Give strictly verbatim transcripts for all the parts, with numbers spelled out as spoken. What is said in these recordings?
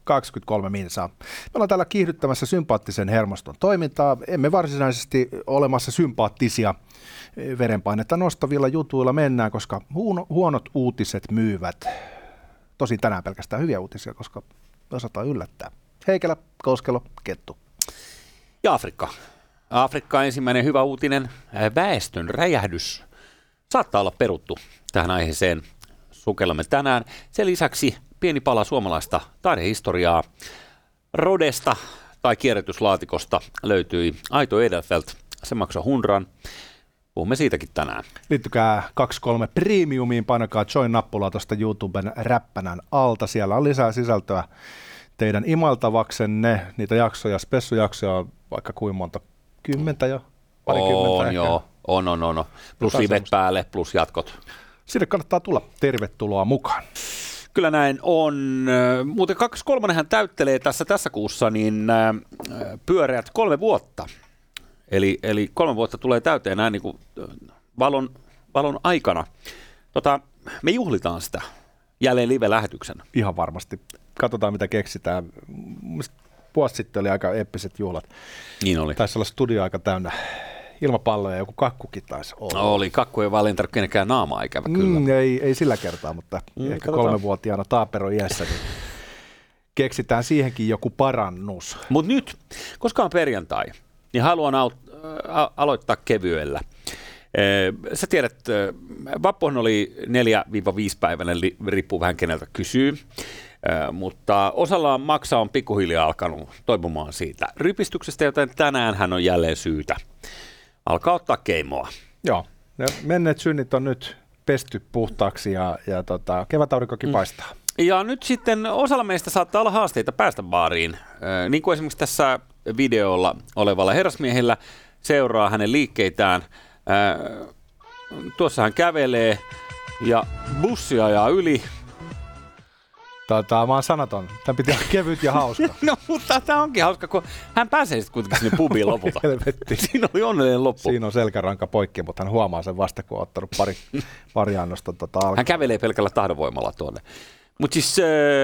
kaksikymmentäkolme minsaa. Me ollaan täällä kiihdyttämässä sympaattisen hermoston toimintaa. Emme varsinaisesti olemassa sympaattisia verenpainetta nostavilla jutuilla mennään, koska huono, huonot uutiset myyvät. Tosin tänään pelkästään hyviä uutisia, koska osataan yllättää. Heikelä, Koskelo, Kettu. Ja Afrikka. Afrikka ensimmäinen hyvä uutinen. Väestön räjähdys saattaa olla peruttu tähän aiheeseen. Sukellamme tänään. Sen lisäksi pieni pala suomalaista taidehistoriaa. Rodesta tai kierrätyslaatikosta löytyi Aito Edelfelt. Se maksaa hundran. Puhumme siitäkin tänään. Liittykää kaksikymmentäkolme Premiumiin, painakaa join-nappulaa tuosta YouTuben räppänän alta. Siellä on lisää sisältöä teidän imaltavaksenne. Niitä jaksoja, spessujaksoja on vaikka kuinka monta, kymmentä jo? Parikymmentä on ehkä. joo, on, on, on. Plus livet päälle, plus jatkot. Sinne kannattaa tulla. Tervetuloa mukaan. Kyllä näin on. Muuten kaksikymmentäkolme täyttelee tässä tässä kuussa niin pyöreät kolme vuotta. Eli, eli kolme vuotta tulee täyteen näin niin kuin valon, valon aikana. Tota, me juhlitaan sitä jälleen live-lähetyksenä. Ihan varmasti. Katsotaan, mitä keksitään. Vuosi sitten oli aika eeppiset juhlat. Niin oli. Taisi olla studio aika täynnä ilmapalloja ja joku kakkukin taisi olla. Oli. Kakku ei vaan lentänyt kenenkään naamaa, ikävä kyllä. Mm, ei, ei sillä kertaa, mutta mm, ehkä katsotaan. Kolmevuotiaana taapero iässä, niin keksitään siihenkin joku parannus. Mutta nyt, koska on perjantai, niin haluan aut- a- aloittaa kevyellä. Sä tiedät, vappuhan oli neljä viisi päiväinen, riippuu vähän keneltä kysyy, mutta osalla maksa on pikkuhiljaa alkanut toipumaan siitä rypistyksestä, joten tänään hän on jälleen syytä alkaa ottaa keimoa. Joo, ne menneet synnit on nyt pesty puhtaaksi ja, ja tota, kevätaurinkokin mm. paistaa. Ja nyt sitten osalla meistä saattaa olla haasteita päästä baariin, niin kuin esimerkiksi tässä videolla olevalla herrasmiehellä seuraa hänen liikkeitään. Tuossa hän kävelee ja bussi ajaa yli. Tota, mä oon sanaton. Tämä pitää olla kevyt ja hauska. No, mutta tämä onkin hauska, kun hän pääsee sitten kuitenkin sinne pubiin lopulta. Siinä oli onnellinen loppu. Siinä on selkäranka poikki, mutta hän huomaa sen vasta, kun on ottanut pari, pari annosta tota alkaa. Hän kävelee pelkällä tahdonvoimalla tuonne. Mutta siis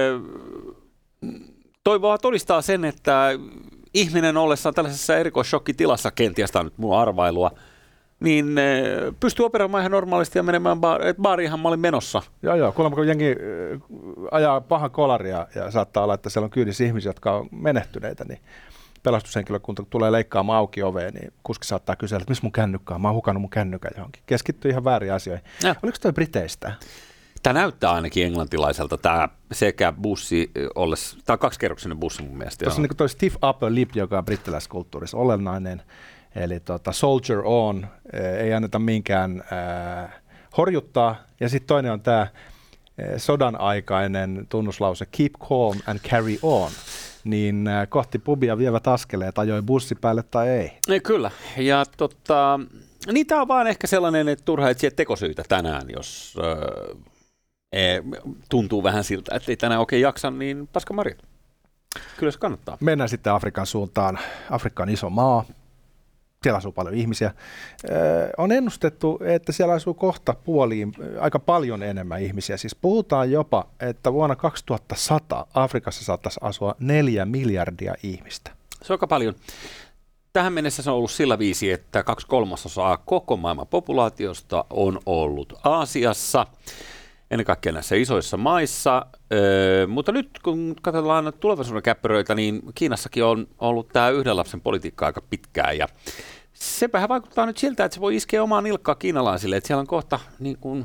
äh, toivoa todistaa sen, että ihminen ollessaan tällaisessa erikoissokkitilassa, kenties tämä on nyt mun arvailua, niin äh, pystyy operoimaan ihan normaalisti ja menemään baariin. Baariinhan mä olin menossa. Joo, joo. Kuulemma kun jengi äh, ajaa pahan kolaria ja saattaa olla, että siellä on kyydissä ihmisiä, jotka on menehtyneitä, niin pelastushenkilökunta tulee leikkaamaan auki oveen, niin kuski saattaa kysellä, että missä mun kännykkä on? Mä oon hukannut mun kännykän johonkin. Keskittyy ihan väärin asioihin. Ja. Oliko toi Briteistä? Tämä näyttää ainakin englantilaiselta, tämä sekä bussi, olles, tämä on kaksikerroksinen bussi mun mielestä. Tuossa on niin toi stiff upper lip, joka on brittiläiskulttuurissa olennainen, eli tota, soldier on, ei anneta minkään äh, horjuttaa, ja sitten toinen on tämä äh, sodan aikainen tunnuslause keep calm and carry on, niin äh, kohti pubia vievät askeleet, ajoi bussi päälle tai ei. ei kyllä, ja tota, niin tämä on vaan ehkä sellainen, että turha etsiä tekosyitä tänään, jos äh, E, tuntuu vähän siltä, että ei tänään oikein jaksa, niin paska marjat. Kyllä se kannattaa. Mennään sitten Afrikan suuntaan. Afrikka on iso maa. Siellä asuu paljon ihmisiä. Ee, on ennustettu, että siellä asuu kohta puoliin aika paljon enemmän ihmisiä. Siis puhutaan jopa, että vuonna kaksituhattasata Afrikassa saattaisi asua neljä miljardia ihmistä. Se on aika paljon. Tähän mennessä se on ollut sillä viisi, että kaksi kolmasosaa koko maailman populaatiosta on ollut Aasiassa. Ennen kaikkea näissä isoissa maissa, öö, mutta nyt kun katsotaan tulevaisuuden käppyröitä, niin Kiinassakin on ollut tämä yhden lapsen politiikka aika pitkään, ja sepähän vaikuttaa nyt siltä, että se voi iskeä omaan nilkkaa kiinalaisille, että siellä on kohta niin kuin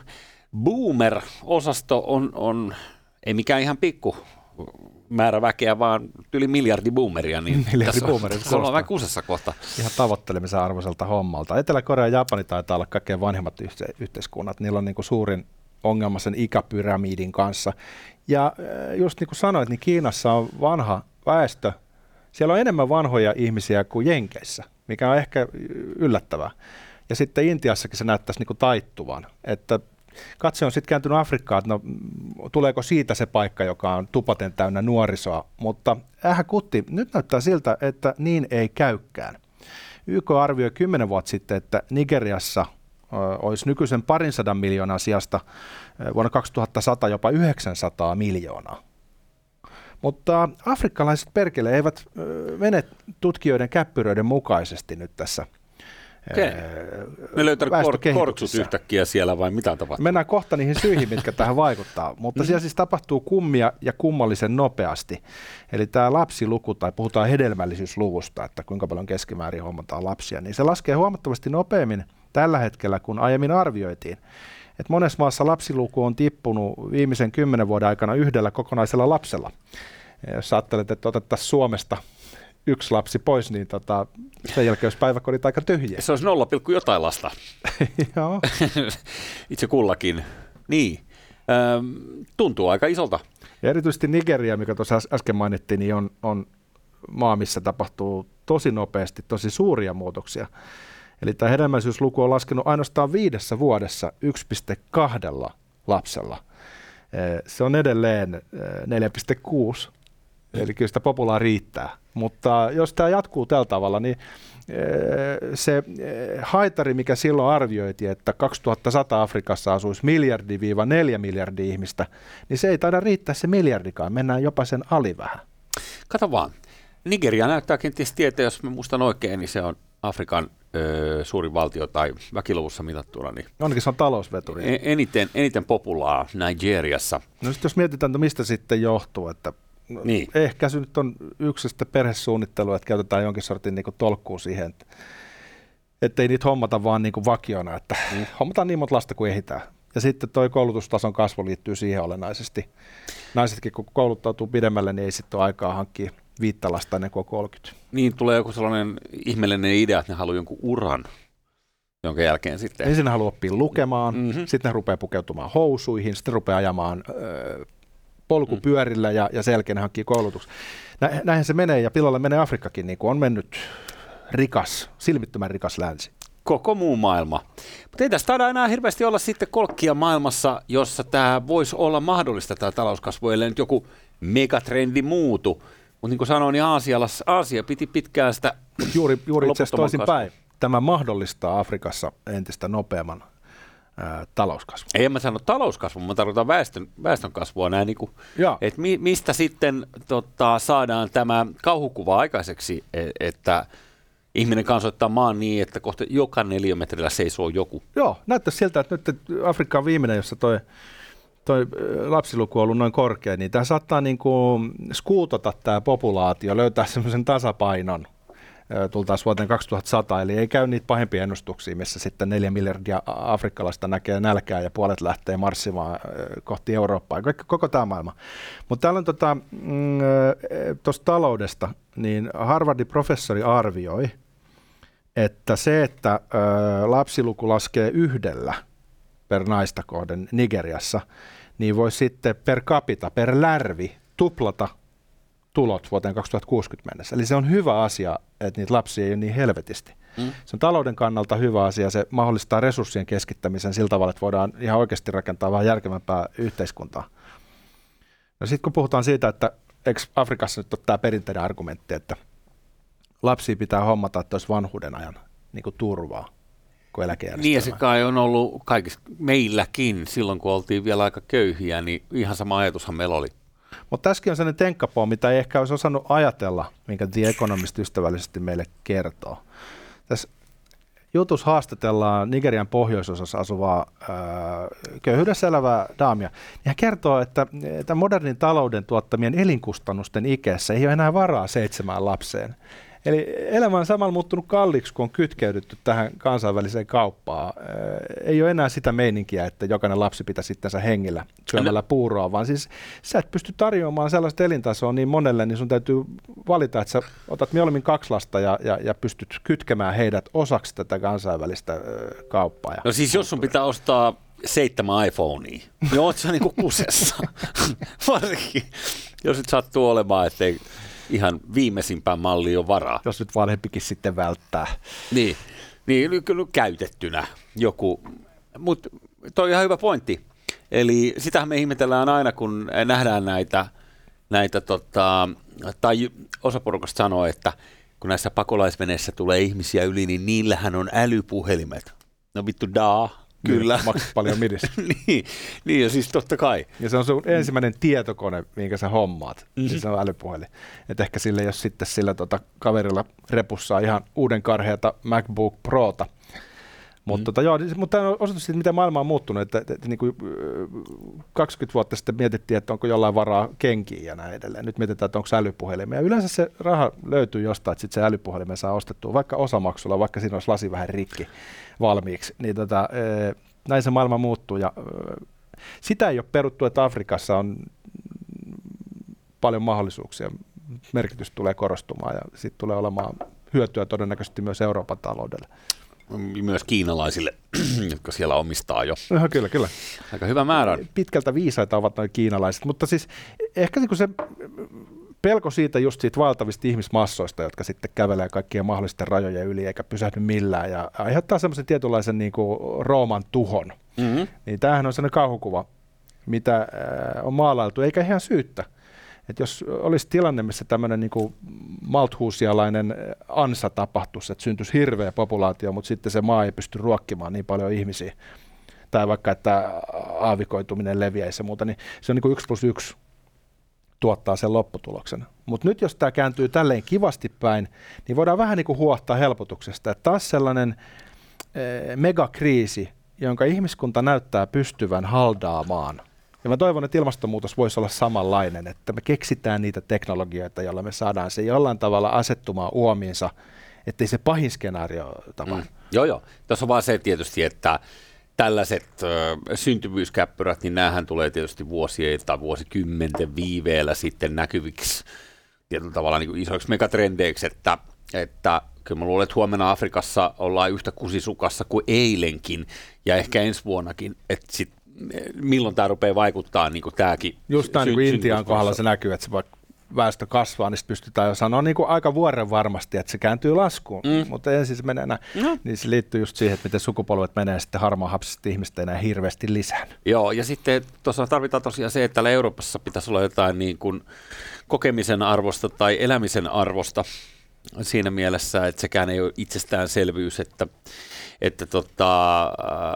boomer-osasto on, on, ei mikään ihan pikku määrä väkeä, vaan yli miljardi boomeria, niin miljardi tässä boomeria, on, on vähän kusessa kohta. Ihan tavoittelemisen arvoiselta hommalta. Etelä-Korea ja Japani taitaa olla kaikkein vanhemmat yhte- yhteiskunnat, niillä on niin kuin suurin ongelma sen ikäpyramidin kanssa. Ja just niin kuin sanoit, niin Kiinassa on vanha väestö. Siellä on enemmän vanhoja ihmisiä kuin Jenkeissä, mikä on ehkä yllättävää. Ja sitten Intiassakin se näyttäisi niin kuin taittuvan. Että katse on sitten kääntynyt Afrikkaan, että no, tuleeko siitä se paikka, joka on tupaten täynnä nuorisoa. Mutta ähä kutti, nyt näyttää siltä, että niin ei käykään. Y K arvioi kymmenen vuotta sitten, että Nigeriassa olisi nykyisen parin sadan miljoonan sijasta vuonna kaksituhattasata jopa yhdeksänsataa miljoonaa. Mutta afrikkalaiset perkele eivät mene tutkijoiden käppyröiden mukaisesti nyt tässä. Okay. Ne löytänyt kortsut yhtäkkiä siellä vai mitä tapahtuu? Mennään kohta niihin syihin, mitkä tähän vaikuttaa. Mutta mm. siellä siis tapahtuu kummia ja kummallisen nopeasti. Eli tämä lapsiluku, tai puhutaan hedelmällisyysluvusta, että kuinka paljon keskimäärin hommataan lapsia, niin se laskee huomattavasti nopeammin tällä hetkellä, kun aiemmin arvioitiin. Et monessa maassa lapsiluku on tippunut viimeisen kymmenen vuoden aikana yhdellä kokonaisella lapsella. Ja jos ajattelet, että otettaisiin Suomesta yksi lapsi pois, niin tota, sen jälkeen olisi päiväkodit aika tyhjiä. Se olisi nolla pilkku jotain lasta. Joo. Itse kullakin. Niin. Öm, tuntuu aika isolta. Ja erityisesti Nigeria, mikä tuossa äsken mainittiin, niin on, on maa, missä tapahtuu tosi nopeasti, tosi suuria muutoksia. Eli tämä hedelmällisyysluku on laskenut ainoastaan viidessä vuodessa yksi pilkku kaksi lapsella. Se on edelleen neljä pilkku kuusi. Eli kyllä sitä populaa riittää. Mutta jos tämä jatkuu tällä tavalla, niin se haitari, mikä silloin arvioitiin, että kaksituhattasata Afrikassa asuisi miljardi-viiva neljä miljardia ihmistä, niin se ei taida riittää se miljardikaan. Mennään jopa sen ali vähän. Kato vaan. Nigeria näyttää kenties tietää, jos mä muistan oikein, niin se on Afrikan ö, suurin valtio tai väkiluvussa mitattuna. Niin Onnekin se on talousveturi. Eniten, eniten populaa Nigeriassa. No sitten jos mietitään, että mistä sitten johtuu, että niin. Ehkä se nyt on yksi sitten perhesuunnittelu, että käytetään jonkin sortin niin kuin tolkkua siihen, että ei niitä hommata vaan niin kuin vakiona, että mm. hommataan niin monta lasta kuin ehditään. Ja sitten toi koulutustason kasvu liittyy siihen olennaisesti. Naisetkin kun kouluttautuu pidemmälle, niin ei sitten ole aikaa hankkia viittä lasta ennen kuin kolmekymmentä. Niin tulee joku sellainen ihmeellinen idea, että ne haluaa jonkun uran, jonka jälkeen sitten. Ensin ne haluaa oppia lukemaan, mm-hmm. sitten ne rupeaa pukeutumaan housuihin, sitten ne rupeaa ajamaan öö, polkupyörillä ja, ja sen jälkeen hankkii koulutuksen. Nä, näinhän se menee, ja pilalle menee Afrikkakin, niin kuin on mennyt rikas, silmittömän rikas länsi. Koko muu maailma. Mutta ei tässä taida enää hirveästi olla sitten kolkkia maailmassa, jossa tämä voisi olla mahdollista, tämä talouskasvu, ellei nyt joku megatrendi muutu. Mutta niin kuin sanoin, niin Aasialla, Aasia piti pitkään sitä Juuri, juuri itse asiassa toisinpäin. Tämä mahdollistaa Afrikassa entistä nopeamman ää, talouskasvun. Ei mä sano talouskasvun, mä tarkoitan väestön, väestönkasvua. Näin, niin kuin, että mi, mistä sitten tota, saadaan tämä kauhukuva aikaiseksi, että ihminen kansoittaa maan niin, että kohta joka neliömetrillä seisoo joku. Joo, näyttäisi siltä, että nyt Afrikka on viimeinen, jossa toi toi lapsiluku on ollut noin korkea, niin tämä saattaa niin kuin skuutata tämä populaatio, löytää semmoisen tasapainon, tultaisiin vuoteen kaksituhattasata, eli ei käy niitä pahempia ennustuksia, missä sitten neljä miljardia afrikkalaista näkee nälkää ja puolet lähtee marssimaan kohti Eurooppaa, koko tämä maailma. Mutta täällä on tuosta mm, taloudesta, niin Harvardin professori arvioi, että se, että ö, lapsiluku laskee yhdellä per naista kohden Nigeriassa, niin voi sitten per capita, per lärvi tuplata tulot vuoteen kaksituhattakuusikymmentä mennessä. Eli se on hyvä asia, että niitä lapsia ei ole niin helvetisti. Mm. Se on talouden kannalta hyvä asia, se mahdollistaa resurssien keskittämisen sillä tavalla, että voidaan ihan oikeasti rakentaa vähän järkevämpää yhteiskuntaa. No sitten kun puhutaan siitä, että eikö Afrikassa nyt ole tämä perinteinen argumentti, että lapsia pitää hommata, että olisi vanhuuden ajan niin kuin turvaa. Niin ja se kai on ollut kaikissa meilläkin silloin, kun oltiin vielä aika köyhiä, niin ihan sama ajatushan meillä oli. Mutta tässäkin on sellainen tenkkapoo, mitä ei ehkä olisi osannut ajatella, minkä The Economist ystävällisesti meille kertoo. Tässä jutussa haastatellaan Nigerian pohjoisosassa asuvaa ää, köyhyydessä elävää daamia. Ja hän kertoo, että, että modernin talouden tuottamien elinkustannusten ikässä ei ole enää varaa seitsemään lapseen. Eli elämä on samalla muuttunut kalliiksi, kun on kytkeydytty tähän kansainväliseen kauppaan. Ei ole enää sitä meininkiä, että jokainen lapsi pitää sittensä hengillä syömällä puuroa, vaan siis sä et pysty tarjoamaan sellaista elintasoa niin monelle, niin sun täytyy valita, että sä otat mieluummin kaksi lasta ja, ja, ja pystyt kytkemään heidät osaksi tätä kansainvälistä kauppaa. No siis jos sun pitää ostaa seitsemän iPhonea, niin oot sä niinku kusessa. Varsinkin, jos nyt sattuu olemaan, ettei ihan viimeisimpään malliin on varaa. Jos nyt vanhempikin sitten välttää. Niin, niin kyllä käytettynä joku. Mutta toi on ihan hyvä pointti. Eli sitähän me ihmetellään aina, kun nähdään näitä, näitä tota, tai osa porukasta sanoo, että kun näissä pakolaisveneissä tulee ihmisiä yli, niin niillähän on älypuhelimet. No vittu daa. Kyllä. Niin, maksat paljon midis. niin, niin, ja siis totta kai. Ja se on sun ensimmäinen tietokone, minkä sä hommaat. Mm-hmm. Siis se on älypuhelin. Et ehkä sille, jos sitten sillä tota, kaverilla repussa ihan uuden karheata MacBook Prota. Mutta mm. tota, joo, mutta tämä on osoitus siitä, miten maailma on muuttunut. Että, että, että niin kuin kaksikymmentä vuotta sitten mietittiin, että onko jollain varaa kenkiin ja näin edelleen. Nyt mietitään, että onko älypuhelimia. Yleensä se raha löytyy jostain, että sitten se älypuhelimen saa ostettua vaikka osamaksulla, vaikka siinä olisi lasi vähän rikki valmiiksi. Niin tota, näin se maailma muuttuu. Ja sitä ei ole peruttu, että Afrikassa on paljon mahdollisuuksia. Merkitys tulee korostumaan ja siitä tulee olemaan hyötyä todennäköisesti myös Euroopan taloudelle. Myös kiinalaisille, jotka siellä omistaa jo. No, kyllä, kyllä. Aika hyvä määrä. Pitkältä viisaita ovat nuo kiinalaiset, mutta siis ehkä se pelko siitä just siitä valtavista ihmismassoista, jotka sitten kävelee kaikkien mahdollisten rajojen yli eikä pysähdy millään ja aiheuttaa semmoisen tietynlaisen niin kuin Rooman tuhon. Mm-hmm. Niin tämähän on sellainen kauhukuva, mitä on maalailtu, eikä ihan syyttä. Että jos olisi tilanne, missä tämmöinen niin kuin malthusialainen ansa tapahtuisi, että syntyisi hirveä populaatio, mutta sitten se maa ei pysty ruokkimaan niin paljon ihmisiä, tai vaikka että aavikoituminen leviäisi ja muuta, niin se on niin kuin yksi plus yksi tuottaa sen lopputuloksen. Mutta nyt jos tämä kääntyy tälleen kivasti päin, niin voidaan vähän niin kuin huohtaa helpotuksesta, että taas sellainen eh, megakriisi, jonka ihmiskunta näyttää pystyvän haldaamaan. Ja mä toivon, että ilmastonmuutos voisi olla samanlainen, että me keksitään niitä teknologioita, joilla me saadaan se jollain tavalla asettumaan uomiinsa, ettei se pahin skenaario tapahdu. Mm. Joo, joo. Tässä on vaan se tietysti, että tällaiset ö, syntyvyyskäppyrät, niin näähän tulee tietysti vuosien tai vuosikymmenten viiveellä sitten näkyviksi tietyllä tavalla niin kuin isoiksi megatrendeiksi, että, että kyllä mä luulen, että huomenna Afrikassa ollaan yhtä kusisukassa kuin eilenkin ja ehkä ensi vuonnakin, että sitten milloin tämä rupeaa vaikuttaa niin kuin tämäkin. Just tämä sy- niin Intian kohdalla se näkyy, että se vaikka väestö kasvaa, niin pystytään jo sanoa niin kuin aika vuoren varmasti, että se kääntyy laskuun, mm. mutta ensin se menee näin. Mm. Niin se liittyy just siihen, että miten sukupolvet menee sitten harmaahapsisesti ihmistä enää hirveästi lisää. Joo, ja sitten tuossa tarvitaan tosiaan se, että täällä Euroopassa pitäisi olla jotain niin kuin kokemisen arvosta tai elämisen arvosta siinä mielessä, että sekään ei ole itsestäänselvyys, että että tota,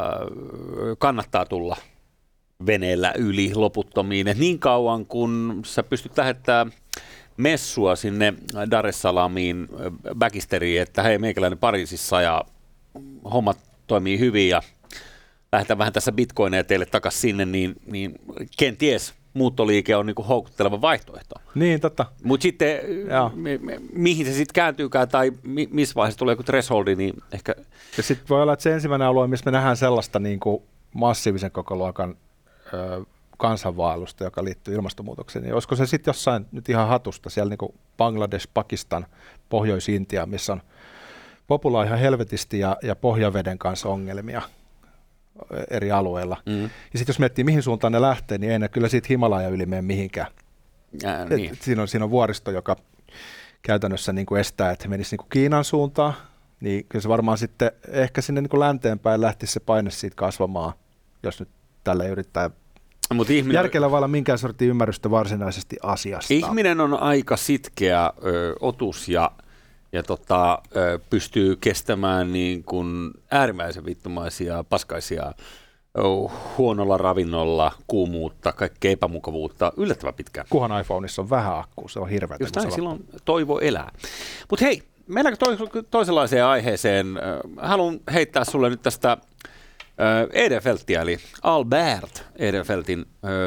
kannattaa tulla veneellä yli loputtomiin. Et niin kauan kun sä pystyt lähettämään messua sinne Dar es Salamiin Backisteriin, että hei, meikäläinen Pariisissa ja hommat toimii hyvin ja lähdetään vähän tässä bitcoineja teille takaisin sinne, niin, niin kenties muuttoliike on niinku houkutteleva vaihtoehto. Niin, totta. Mutta sitten mi- mi- mihin se sitten kääntyykään tai mi- missä vaiheessa tulee joku thresholdi, niin ehkä... Ja sitten voi olla, että se ensimmäinen alue, missä me nähdään sellaista niin kuin massiivisen kokoluokan ö, kansanvaellusta, joka liittyy ilmastonmuutokseen, niin olisiko se sitten jossain nyt ihan hatusta, siellä niin kuin Bangladesh, Pakistan, Pohjois-Intia, missä on populaa ihan helvetisti ja, ja pohjaveden kanssa ongelmia eri alueilla. Mm. Ja sitten jos miettii, mihin suuntaan ne lähtee, niin ei ne kyllä siitä Himalaja yli mene mihinkään. Ää, niin. et, siinä, on, siinä on vuoristo, joka käytännössä niin kuin estää, että he menisivät niin kuin Kiinan suuntaan, niin kyllä se varmaan sitten ehkä sinne niin kuin länteenpäin lähtisi se paine siitä kasvamaan, jos nyt tälle yrittää Mut ihminen, järkeillä vailla minkään sortin ymmärrystä varsinaisesti asiasta. Ihminen on aika sitkeä ö, otus ja Ja tota, pystyy kestämään niin kuin äärimmäisen vittumaisia, paskaisia, huonolla ravinnolla, kuumuutta, kaikkea epämukavuutta yllättävän pitkään. Kuhan iPhoneissa on vähän akkua, se on hirveätä. Just näin, silloin toivo elää. Mutta hei, mennäänkö to- toisenlaiseen aiheeseen? Haluan heittää sulle nyt tästä Edelfeltia, eli Albert Edelfeltin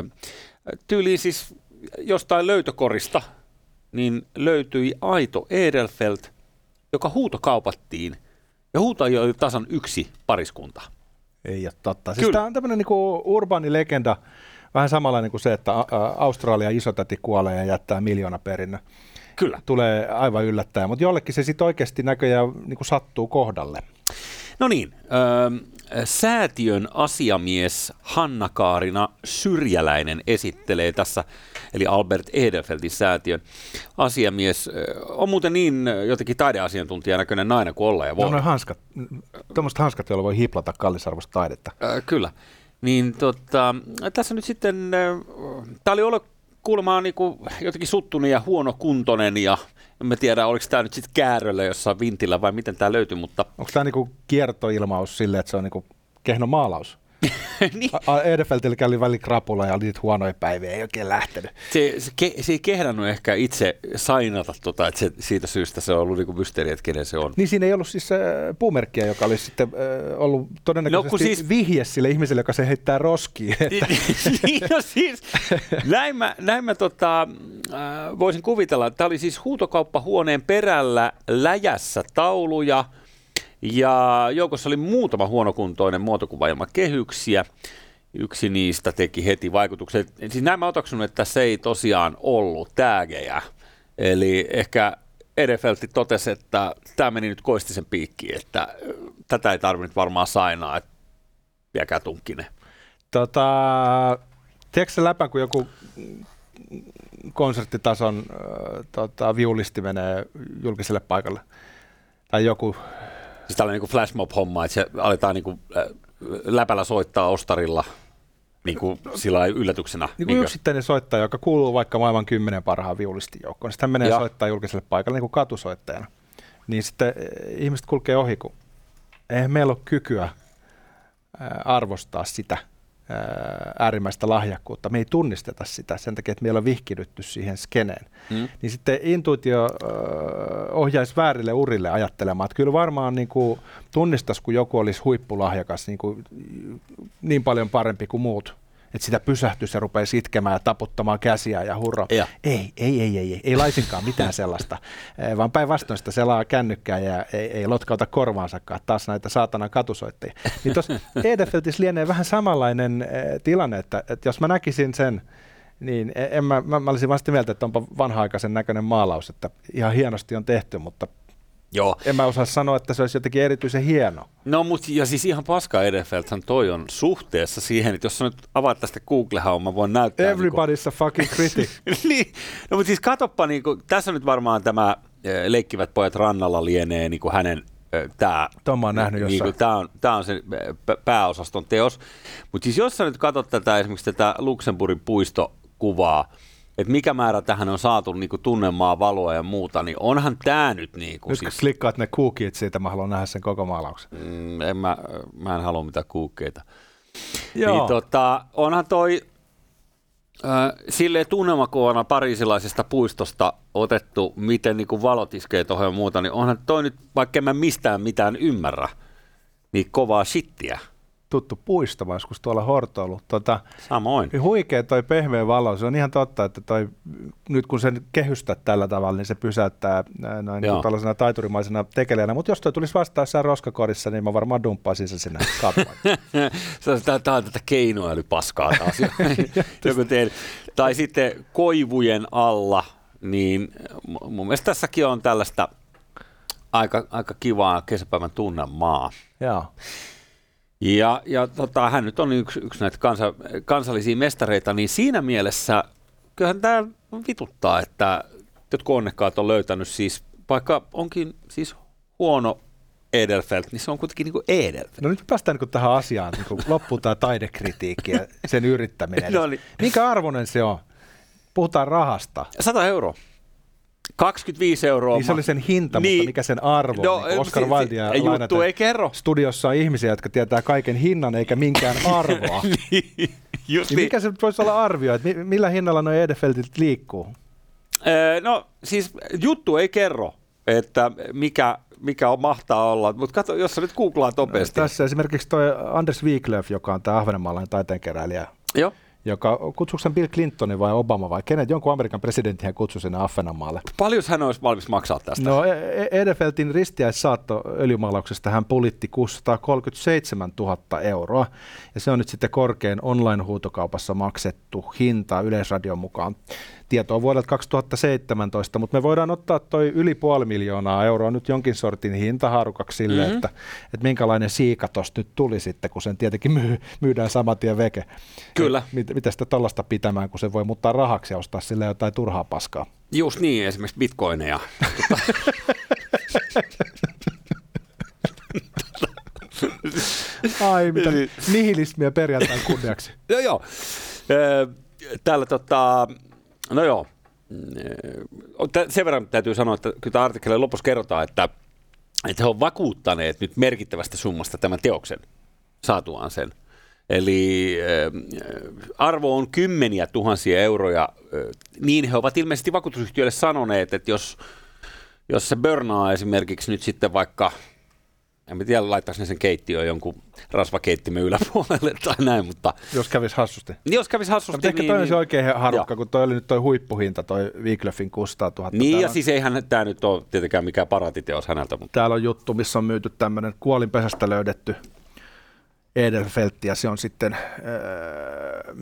tyyliin siis jostain löytökorista, niin löytyi aito Edelfelt, joka huutokaupattiin, ja huutajia oli tasan yksi pariskunta. Ei ole totta. Siis tämä on tämmöinen niinku urbaani legenda, vähän samanlainen kuin se, että Australia isotäti kuolee ja jättää miljoona perinnö. Kyllä. Tulee aivan yllättäen, mutta jollekin se sitten oikeasti näköjään niinku sattuu kohdalle. No niin, äh, säätiön asiamies Hanna-Kaarina Syrjäläinen esittelee tässä, eli Albert Edelfeltin säätiön asiamies. On muuten niin jotenkin taideasiantuntijan näköinen nainen kuin olla ja voi. No noin hanskat, tuommoiset hanskat, joilla voi hiplata kallisarvoista taidetta. Äh, kyllä. Niin tota, tässä nyt sitten, äh, tämä oli ollut kuulemaan niin kuin jotenkin suttunen ja huonokuntoinen ja en mä tiedä, oliko tämä nyt sitten kääröllä jossain vintillä vai miten tämä löytyi, mutta... Onko tämä niinku kiertoilmaus silleen, että se on niinku kehno maalaus. niin. Edelfeltilläkin oli väli krapula ja oli niitä huonoja päiviä, ei oikein lähtenyt. Se, se, ke, se ei kehdannut ehkä itse sainata, tota, että se, siitä syystä se on ollut niin mysteeri, että kenen se on. Niin siinä ei ollut siis äh, puumerkkiä, joka olisi sitten äh, ollut todennäköisesti no, siis... vihje sille ihmiselle, joka se heittää roskiin. Että... niin, no siis, näin mä, näin mä tota, äh, voisin kuvitella, että tämä oli siis huutokauppahuoneen perällä läjässä tauluja, ja joukossa oli muutama huonokuntoinen muotokuva ilman kehyksiä. Yksi niistä teki heti vaikutuksen. Siis näin mä otaksunut, että tässä ei tosiaan ollut täägejä. Eli ehkä Edelfeldt totesi, että tämä meni nyt Koistisen piikkiin, että tätä ei tarvinnut varmaan sainaa, että viekää tunkkinen. Tota, tiedätkö se läpän, kun joku konserttitason äh, tota, viulisti menee julkiselle paikalle? Tai joku... Siis tällainen niin flashmob-homma, että se aletaan niin kuin, äh, läpällä soittaa ostarilla niin kuin sillä yllätyksenä. Niin kuin yksittäinen soittaja, joka kuuluu vaikka maailman kymmenen parhaan viulistijoukkoon. Sitten hän menee ja. soittaa julkiselle paikalle niin kuin katusoittajana. Niin sitten ihmiset kulkee ohi, kun eihän meillä ole kykyä ää, arvostaa sitä ää, äärimmäistä lahjakkuutta. Me ei tunnisteta sitä sen takia, että meillä on vihkidytty siihen skeneen. Hmm. Niin sitten intuitio ää, ohjaisi väärille urille ajattelemaan, että kyllä varmaan niin kuin tunnistaisi, kun joku olisi huippulahjakas niin, kuin, niin paljon parempi kuin muut. Että sitä pysähtyisi ja rupeaisi itkemään ja taputtamaan käsiä ja hurraa. Ei, ei, ei, ei, ei, ei laisinkaan mitään sellaista, vaan päinvastoin sitä selaa kännykkää ja ei, ei lotkauta korvaansakaan taas näitä saatanan katusoittajia. Niin tuossa Edelfeltissä lienee vähän samanlainen tilanne, että, että jos mä näkisin sen, niin en mä, mä, mä olisin vasta mieltä, että onpa vanha-aikaisen näköinen maalaus, että ihan hienosti on tehty, mutta joo. En mä osaa sanoa, että se olisi jotenkin erityisen hieno. No, mutta ja siis ihan paska Edelfeldthän toi on suhteessa siihen, että jos sä nyt avaat tästä Google-haun, mä voin näyttää. Everybody's niin kuin... a fucking critic. niin, no mutta siis katsoppa, niin kuin, tässä nyt varmaan tämä Leikkivät pojat rannalla lienee niin kuin hänen, tämä niin on, tää on se pääosaston teos. Mutta siis jos sä nyt katsot tätä esimerkiksi tätä Luxemburgin puistokuvaa, että mikä määrä tähän on saatu niin kuin tunnemaa valoa ja muuta, niin onhan tämä nyt niin kuin... Nyt kun siis... klikkaat ne kuukit siitä, mä haluan nähdä sen koko maalauksen. Mm, en mä, mä en halua mitään kuukkeita. Niin tota, onhan toi äh, silleen tunnelmakuona pariisilaisesta puistosta otettu, miten niin kuin valot iskee tuohon ja muuta, niin onhan toi nyt, vaikka en mä mistään mitään ymmärrä, niin kovaa shittiä. Tuttu puisto, vaan joskus tuolla hortoilu. Tota, Samoin. Huikea toi pehmeä valo. Se on ihan totta, että toi, nyt kun sen kehystät tällä tavalla, niin se pysäyttää noin niin tällaisena taiturimaisena tekeleänä. Mutta jos toi tulisi vastaan jossain roskakorissa, niin mä varmaan dumppaisin sen sinne kapuun. Tämä on tätä keinoälypaskaa taas. Joku teen. Tai sitten koivujen alla, niin mun mielestä tässäkin on tällaista aika, aika kivaa kesäpäivän tunnelmaa. Joo. Ja, ja tota, hän nyt on yksi, yksi näitä kansa, kansallisia mestareita, niin siinä mielessä kyllähän tämä vituttaa, että jotkut onnekkaat on löytänyt siis, vaikka onkin siis huono Edelfeldt, niin se on kuitenkin niin kuin Edelfeldt. No nyt päästään niin tähän asiaan, niin loppuu tämä taidekritiikki ja sen yrittäminen. No niin. Minkä arvoinen se on? Puhutaan rahasta. sata euroa. kaksikymmentäviisi euroa. Niin se oli sen hinta, niin, mutta mikä sen arvo? No, niin Oscar Wilde juttu ei kerro. Studiossa on ihmisiä, jotka tietää kaiken hinnan eikä minkään arvoa. niin, just niin mikä se voisi olla arvio, että millä hinnalla nuo Edelfeldtit liikkuu? Öö, no siis juttu ei kerro, että mikä, mikä on, mahtaa olla, mutta katso, jos sä nyt googlaat nopeasti. No, tässä esimerkiksi tuo Anders Wiklöf, joka on tämä ahvenanmaalainen taiteenkeräilijä. Joo. Joka, kutsuuko sen Bill Clintonin vai Obama vai kenet, jonkun Amerikan presidentin hän kutsui sinne Ahvenanmaalle. Paljon hän olisi valmis maksaa tästä? No Edelfeldtin ristiäissaatto öljymaalauksesta hän pulitti kuusisataakolmekymmentäseitsemäntuhatta euroa ja se on nyt sitten korkein online-huutokaupassa maksettu hinta Yleisradion mukaan. Tietoa vuodelta kaksituhattaseitsemäntoista, mutta me voidaan ottaa toi yli puoli miljoonaa euroa nyt jonkin sortin hintahaarukaksi sille, mm-hmm. että, että minkälainen siika tosta nyt tuli sitten, kun sen tietenkin myy, myydään saman tien veke. Kyllä. Mit, mitä sitä tollaista pitämään, kun se voi muuttaa rahaksi ja ostaa sille jotain turhaa paskaa. Just niin, esimerkiksi bitcoineja. Ai, mitä nihilismiä perjantain kunniaksi. joo, joo. Täällä tota... No joo, sen verran täytyy sanoa, että kyllä tämä artikkeli lopussa kerrotaan, että, että he ovat vakuuttaneet nyt merkittävästä summasta tämän teoksen. saatuaan sen. Eli äh, arvo on kymmeniä tuhansia euroja. Äh, niin he ovat ilmeisesti vakuutusyhtiöille sanoneet, että jos, jos se burnaa esimerkiksi nyt sitten vaikka, en tiedä laittaisi ne sen keittiöön jonkun rasvakeittimen yläpuolelle tai näin, mutta... Jos kävisi hassusti. Jos kävisi hassusti, mutta niin... ehkä toi on se niin, oikein harukka, kun toi oli nyt toi huippuhinta, toi Wiglöfin kuusisataatuhatta. Niin täällä ja on, siis eihän tämä nyt ole tietenkään mikään paratiteos häneltä. Mutta... Täällä on juttu, missä on myyty tämmöinen kuolinpesästä löydetty Edelfeltti, ja se on sitten öö,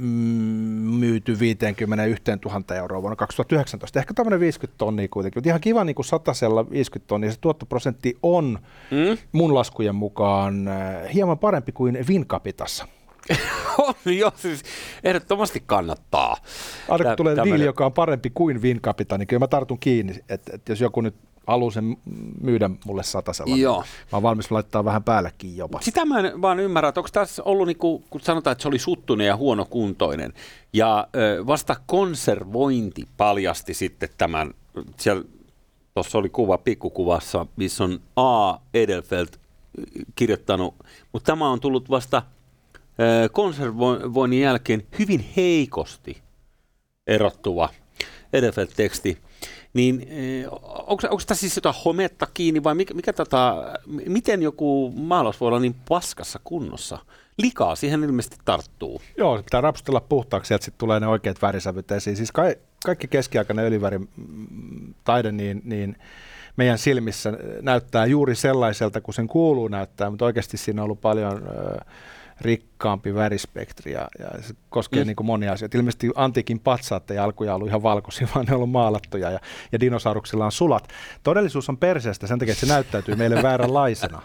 myyty viisikymmentäyksituhatta euroa vuonna kaksituhattayhdeksäntoista. Ehkä tämmöinen viisikymmentä tonnia kuitenkin, mutta ihan kiva niin kuin satasella viisikymmentä tonnia. Se tuottoprosentti on mm? mun laskujen mukaan äh, hieman parempi kuin Wincapitassa. On, joo, siis ehdottomasti kannattaa. Aina kun tulee tämmönen... diili, joka on parempi kuin Wincapita, niin kyllä mä tartun kiinni, että, että jos joku nyt haluaa sen myydä mulle satasella, niin mä oon valmis laittaa vähän päällekin jopa. Sitä mä en vaan ymmärrä, että onko tässä ollut, niin kuin, kun sanotaan, että se oli suttunen ja huonokuntoinen, ja ö, vasta konservointi paljasti sitten tämän, siellä tuossa oli kuva pikkukuvassa, missä on A. Edelfelt kirjoittanut, mutta tämä on tullut vasta ö, konservoinnin jälkeen hyvin heikosti erottuva Edelfelt-teksti. Niin onko, onko tässä siis jotain hometta kiinni vai mikä, mikä tota, miten joku maalaus voi olla niin paskassa kunnossa? Likaa siihen ilmeisesti tarttuu. Joo, se pitää rapsutella puhtaaksi, että sitten tulee ne oikeat värisävyt esiin. Siis ka- kaikki keskiaikainen öljyväritaide niin, niin meidän silmissä näyttää juuri sellaiselta, kun sen kuuluu näyttää, mutta oikeasti siinä on ollut paljon... Öö, rikkaampi värispektri ja, ja se koskee mm. niin kuin monia asioita. Ilmeisesti antiikin patsaat ei alkuja ollut ihan valkoisia, vaan ne on ollut maalattuja ja, ja dinosauruksilla on sulat. Todellisuus on perseestä sen takia, että se näyttäytyy meille vääränlaisena.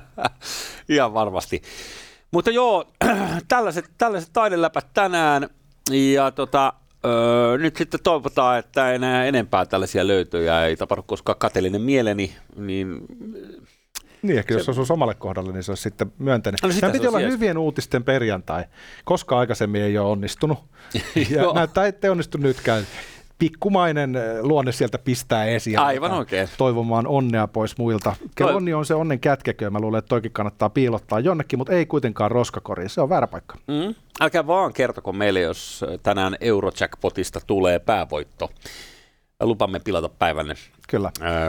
Ihan varmasti. Mutta joo, tällaiset, tällaiset taideläpät tänään ja tota, öö, nyt sitten toivotaan, että enää enempää tällaisia löytöjä ei tapahdu, koska kateellinen mieleni, niin... Niin, ehkä jos se osuisi omalle kohdalle, niin se olisi sitten myönteinen. No, Tämä piti olla jees. hyvien uutisten perjantai, koska aikaisemmin ei ole onnistunut. Ja näyttää, ettei onnistu nytkään. Pikkumainen luonne sieltä pistää esiin. Aivan oikein. Toivomaan onnea pois muilta. Kello onni on se onnen kätkekö. Mä luulen, että toikin kannattaa piilottaa jonnekin, mutta ei kuitenkaan roskakoriin. Se on väärä paikka. Mm. Älkää vaan kertoko meille, jos tänään Eurojackpotista tulee päävoitto. Lupamme pilata päivänne. Kyllä.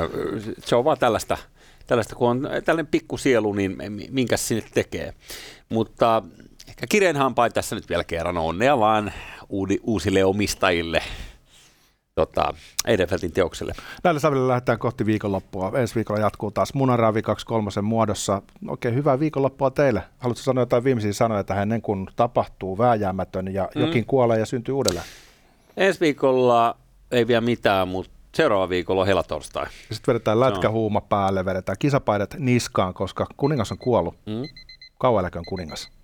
Se on vaan tällaista. Tällaista, kun on tällainen pikkusielu, niin minkä sinne tekee. Mutta ehkä kireen hampain tässä nyt vielä kerran onnea vaan uusille omistajille tota, Edelfeltin teokselle. Näillä sävillä lähdetään kohti viikonloppua. Ensi viikolla jatkuu taas Munaravi kaksikymmentäkolme muodossa. Oikein hyvää viikonloppua teille. Haluatko sanoa jotain viimeisiä sanoja tähän ennen kuin tapahtuu vääjäämätön ja mm. jokin kuolee ja syntyy uudelleen? Ensi viikolla ei vielä mitään, mutta seuraava viikolla on helatorstai. Sitten vedetään lätkähuuma päälle, vedetään kisapaidat niskaan, koska kuningas on kuollut. Mm. Kauan eläköön kuningas.